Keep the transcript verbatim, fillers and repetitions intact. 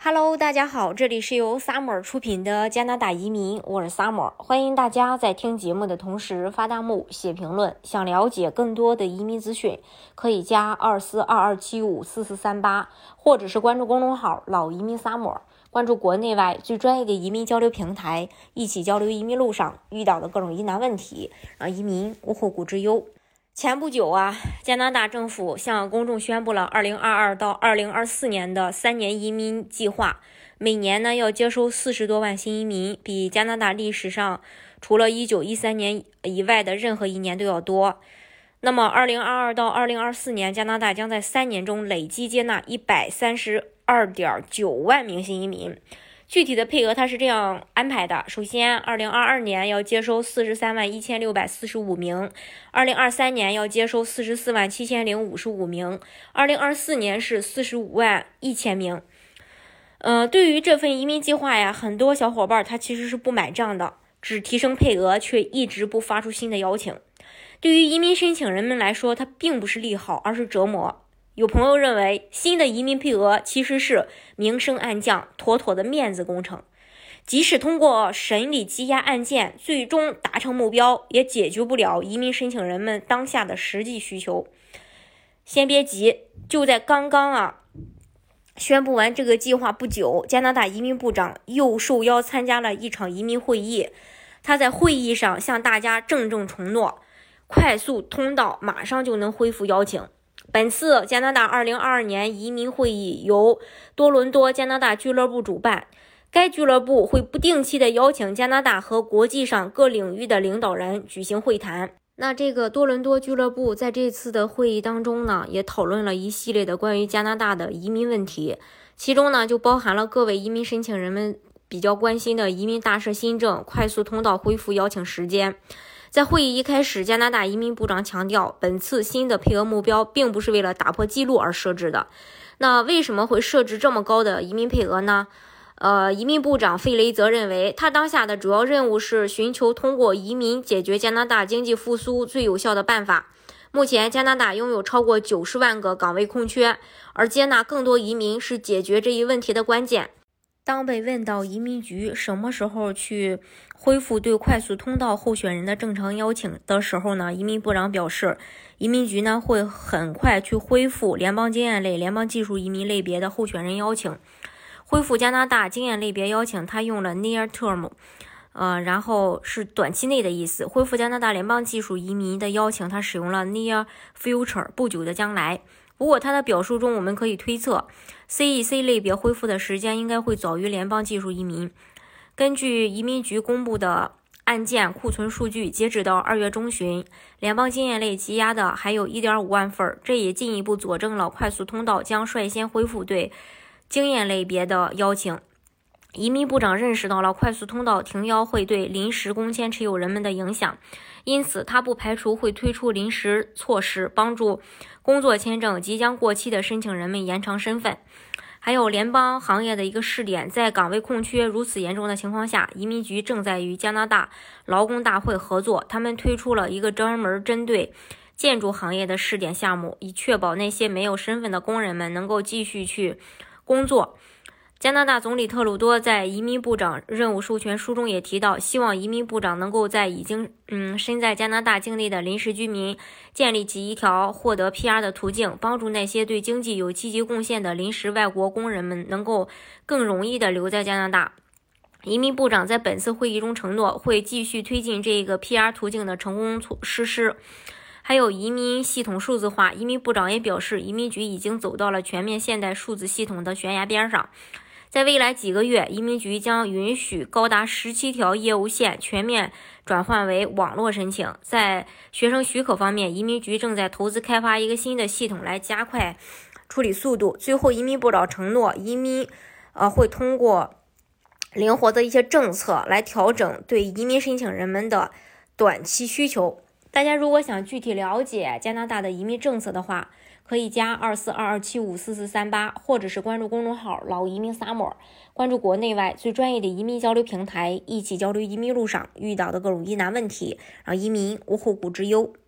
Hello， 大家好，这里是由 Summer 出品的加拿大移民，我是 Summer， 欢迎大家在听节目的同时发弹幕、写评论。想了解更多的移民资讯，可以加二四二二七五四四三八，或者是关注公众号老移民 Summer， 关注国内外最专业的移民交流平台，一起交流移民路上遇到的各种疑难问题，让移民无后顾之忧。前不久啊，加拿大政府向公众宣布了二零二二到二零二四年的三年移民计划，每年呢要接收四十多万新移民，比加拿大历史上除了一九一三年以外的任何一年都要多。那么二零二二到二零二四年，加拿大将在三年中累计接纳一百三十二点九万名新移民。具体的配额它是这样安排的，首先二零二二年要接收四十三万一千六百四十五名，二零二三年要接收四十四万七千零五十五名，二零二四年是四十五万一千名。呃，对于这份移民计划呀，很多小伙伴他其实是不买账的，只提升配额却一直不发出新的邀请。对于移民申请人们来说，它并不是利好，而是折磨。有朋友认为新的移民配额其实是明升暗降，妥妥的面子工程。即使通过审理积压案件，最终达成目标，也解决不了移民申请人们当下的实际需求。先别急，就在刚刚啊宣布完这个计划不久，加拿大移民部长又受邀参加了一场移民会议。他在会议上向大家郑重承诺，快速通道马上就能恢复邀请。本次加拿大二零二二年移民会议由多伦多加拿大俱乐部主办，该俱乐部会不定期的邀请加拿大和国际上各领域的领导人举行会谈。那这个多伦多俱乐部在这次的会议当中呢，也讨论了一系列的关于加拿大的移民问题，其中呢就包含了各位移民申请人们比较关心的移民大赦新政、快速通道恢复邀请时间。在会议一开始，加拿大移民部长强调，本次新的配额目标并不是为了打破记录而设置的。那为什么会设置这么高的移民配额呢？呃，移民部长费雷则认为，他当下的主要任务是寻求通过移民解决加拿大经济复苏最有效的办法。目前，加拿大拥有超过九十万个岗位空缺，而接纳更多移民是解决这一问题的关键。当被问到移民局什么时候去恢复对快速通道候选人的正常邀请的时候呢，移民部长表示，移民局呢会很快去恢复联邦经验类、联邦技术移民类别的候选人邀请。恢复加拿大经验类别邀请，他用了 near term， 呃，然后是短期内的意思。恢复加拿大联邦技术移民的邀请，他使用了 near future， 不久的将来。不过他的表述中，我们可以推测 C E C 类别恢复的时间应该会早于联邦技术移民。根据移民局公布的案件库存数据，截止到二月中旬，联邦经验类积压的还有 一点五万份，这也进一步佐证了快速通道将率先恢复对经验类别的邀请。移民部长认识到了快速通道停邀会对临时工签持有人们的影响，因此他不排除会推出临时措施，帮助工作签证即将过期的申请人们延长身份。还有联邦行业的一个试点，在岗位空缺如此严重的情况下，移民局正在与加拿大劳工大会合作，他们推出了一个专门针对建筑行业的试点项目，以确保那些没有身份的工人们能够继续去工作。加拿大总理特鲁多在移民部长任务授权书中也提到，希望移民部长能够在已经嗯身在加拿大境内的临时居民建立起一条获得 P R 的途径，帮助那些对经济有积极贡献的临时外国工人们能够更容易地留在加拿大。移民部长在本次会议中承诺，会继续推进这个 P R 途径的成功实施。还有移民系统数字化，移民部长也表示，移民局已经走到了全面现代数字系统的悬崖边上。在未来几个月，移民局将允许高达十七条业务线全面转换为网络申请。在学生许可方面，移民局正在投资开发一个新的系统来加快处理速度。最后，移民部长承诺，移民呃会通过灵活的一些政策来调整对移民申请人们的短期需求。大家如果想具体了解加拿大的移民政策的话，可以加二四二二七五四四三八，或者是关注公众号老移民 Summer， 关注国内外最专业的移民交流平台，一起交流移民路上遇到的各种疑难问题，让移民无后顾之忧。